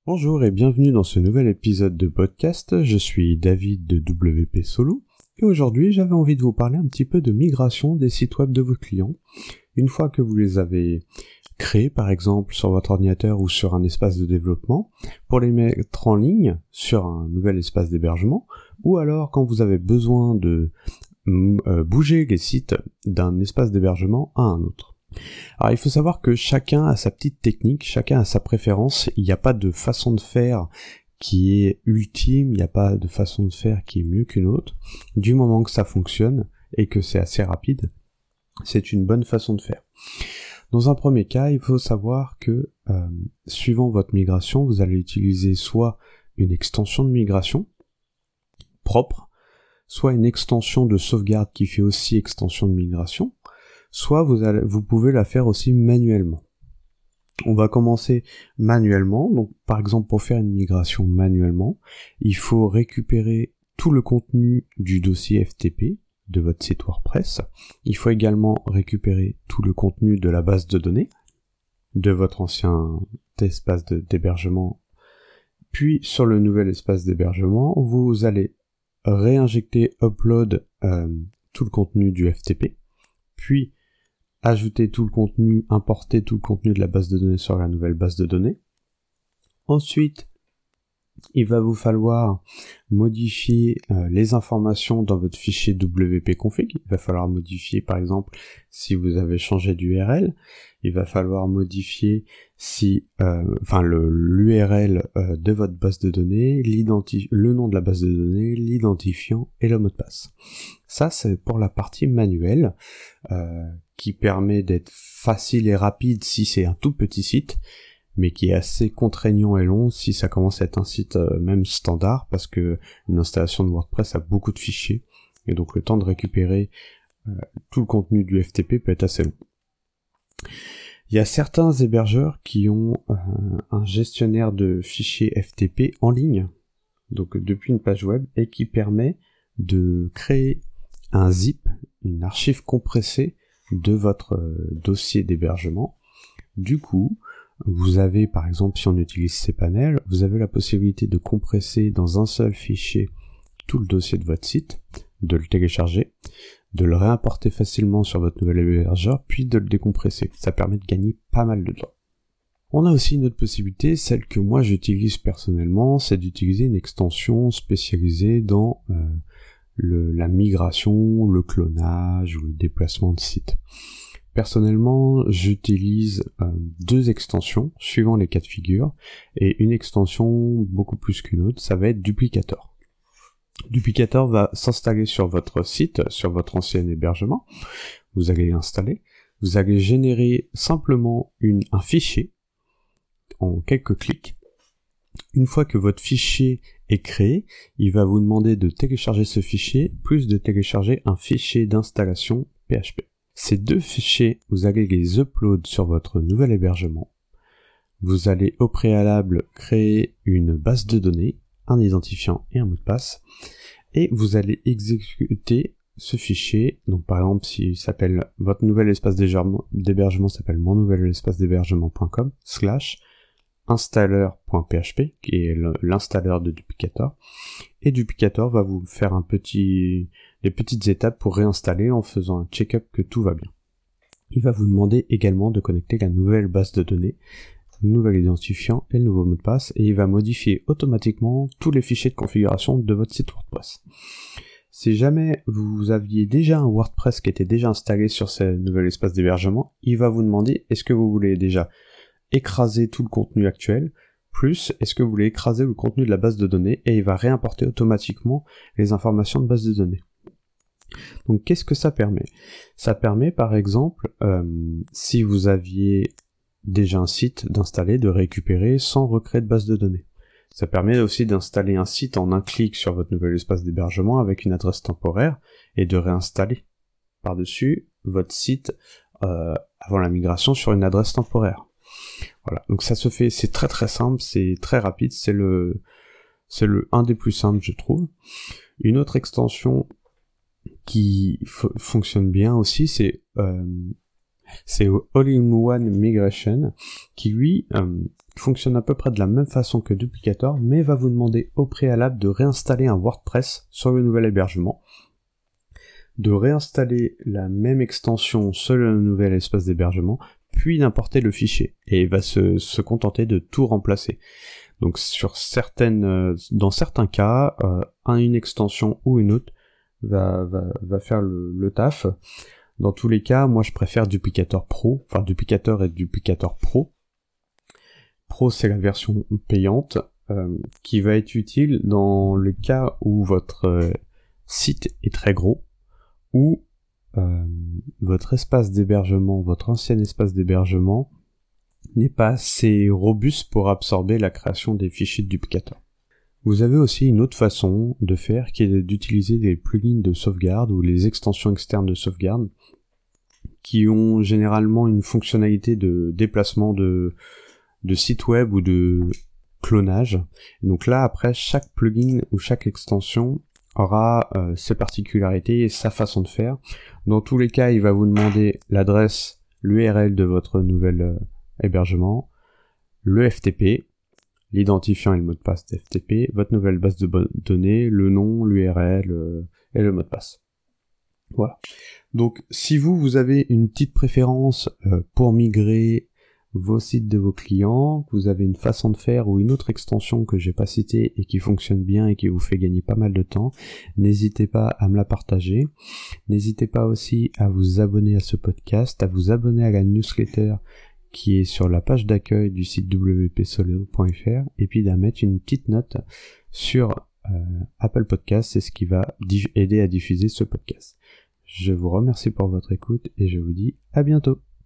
Bonjour et bienvenue dans ce nouvel épisode de podcast. Je suis David de WP Solo et aujourd'hui j'avais envie de vous parler un petit peu de migration des sites web de vos clients. Une fois que vous les avez créés par exemple sur votre ordinateur ou sur un espace de développement, pour les mettre en ligne sur un nouvel espace d'hébergement, ou alors quand vous avez besoin de bouger les sites d'un espace d'hébergement à un autre. Alors il faut savoir que chacun a sa petite technique, chacun a sa préférence, il n'y a pas de façon de faire qui est ultime, il n'y a pas de façon de faire qui est mieux qu'une autre. Du moment que ça fonctionne et que c'est assez rapide, c'est une bonne façon de faire. Dans un premier cas, il faut savoir que suivant votre migration, vous allez utiliser soit une extension de migration propre, soit une extension de sauvegarde qui fait aussi extension de migration, soit vous pouvez la faire aussi manuellement. On va commencer manuellement, donc par exemple pour faire une migration manuellement, il faut récupérer tout le contenu du dossier FTP de votre site WordPress, il faut également récupérer tout le contenu de la base de données de votre ancien espace d'hébergement, puis sur le nouvel espace d'hébergement, vous allez réinjecter upload tout le contenu du FTP, puis ajouter tout le contenu, importer tout le contenu de la base de données sur la nouvelle base de données. Ensuite, il va vous falloir modifier les informations dans votre fichier wp-config. Il va falloir modifier, par exemple, si vous avez changé d'URL. Il va falloir modifier l'URL de votre base de données, le nom de la base de données, l'identifiant et le mot de passe. Ça, c'est pour la partie manuelle, qui permet d'être facile et rapide si c'est un tout petit site, mais qui est assez contraignant et long si ça commence à être un site même standard, parce que une installation de WordPress a beaucoup de fichiers, et donc le temps de récupérer tout le contenu du FTP peut être assez long. Il y a certains hébergeurs qui ont un gestionnaire de fichiers FTP en ligne, donc depuis une page web, et qui permet de créer un zip, une archive compressée de votre dossier d'hébergement. Du coup, vous avez par exemple, si on utilise cPanel, vous avez la possibilité de compresser dans un seul fichier tout le dossier de votre site, de le télécharger, de le réimporter facilement sur votre nouvel hébergeur, puis de le décompresser. Ça permet de gagner pas mal de temps. On a aussi une autre possibilité, celle que moi j'utilise personnellement, c'est d'utiliser une extension spécialisée dans la migration, le clonage ou le déplacement de site. Personnellement, j'utilise deux extensions suivant les cas de figure, et une extension beaucoup plus qu'une autre, ça va être Duplicator. Duplicator va s'installer sur votre site, sur votre ancien hébergement, vous allez l'installer, vous allez générer simplement un fichier en quelques clics. Une fois que votre fichier est créé, il va vous demander de télécharger ce fichier, plus de télécharger un fichier d'installation PHP. Ces deux fichiers, vous allez les upload sur votre nouvel hébergement. Vous allez au préalable créer une base de données, un identifiant et un mot de passe, et vous allez exécuter ce fichier. Donc par exemple, s'il s'appelle votre nouvel espace d'hébergement s'appelle monnouvelespace-d'hébergement.com /installer.php, qui est l'installeur de Duplicator, et Duplicator va vous faire les petites étapes pour réinstaller en faisant un check-up que tout va bien. Il va vous demander également de connecter la nouvelle base de données, le nouvel identifiant et le nouveau mot de passe, et il va modifier automatiquement tous les fichiers de configuration de votre site WordPress. Si jamais vous aviez déjà un WordPress qui était déjà installé sur ce nouvel espace d'hébergement, il va vous demander est-ce que vous voulez déjà écraser tout le contenu actuel, plus est-ce que vous voulez écraser le contenu de la base de données, et il va réimporter automatiquement les informations de base de données. Donc qu'est-ce que ça permet ? Ça permet par exemple, si vous aviez déjà un site d'installer, de récupérer sans recréer de base de données. Ça permet aussi d'installer un site en un clic sur votre nouvel espace d'hébergement avec une adresse temporaire et de réinstaller par-dessus votre site avant la migration sur une adresse temporaire. Voilà, donc ça se fait, c'est très très simple, c'est très rapide, c'est un des plus simples je trouve. Une autre extension qui fonctionne bien aussi, c'est All-in-One Migration, qui lui fonctionne à peu près de la même façon que Duplicator, mais va vous demander au préalable de réinstaller un WordPress sur le nouvel hébergement, de réinstaller la même extension sur le nouvel espace d'hébergement, puis d'importer le fichier, et il va se contenter de tout remplacer. Donc dans certains cas, une extension ou une autre va faire le taf. Dans tous les cas, moi je préfère Duplicator Pro, enfin Duplicator et Duplicator Pro. Pro, c'est la version payante, qui va être utile dans le cas où votre site est très gros, ou votre espace d'hébergement, votre ancien espace d'hébergement n'est pas assez robuste pour absorber la création des fichiers de Duplicator. Vous avez aussi une autre façon de faire qui est d'utiliser des plugins de sauvegarde ou les extensions externes de sauvegarde qui ont généralement une fonctionnalité de déplacement de site web ou de clonage. Donc là, après, chaque plugin ou chaque extension aura ses particularités et sa façon de faire. Dans tous les cas, il va vous demander l'adresse, l'URL de votre nouvel hébergement, le FTP, l'identifiant et le mot de passe de FTP, votre nouvelle base de données, le nom, l'URL et le mot de passe. Voilà. Donc, si vous avez une petite préférence pour migrer vos sites de vos clients, que vous avez une façon de faire ou une autre extension que j'ai pas citée et qui fonctionne bien et qui vous fait gagner pas mal de temps, n'hésitez pas à me la partager. N'hésitez pas aussi à vous abonner à ce podcast, à vous abonner à la newsletter qui est sur la page d'accueil du site wpsoleo.fr et puis d'à mettre une petite note sur Apple Podcast, c'est ce qui va aider à diffuser ce podcast. Je vous remercie pour votre écoute et je vous dis à bientôt.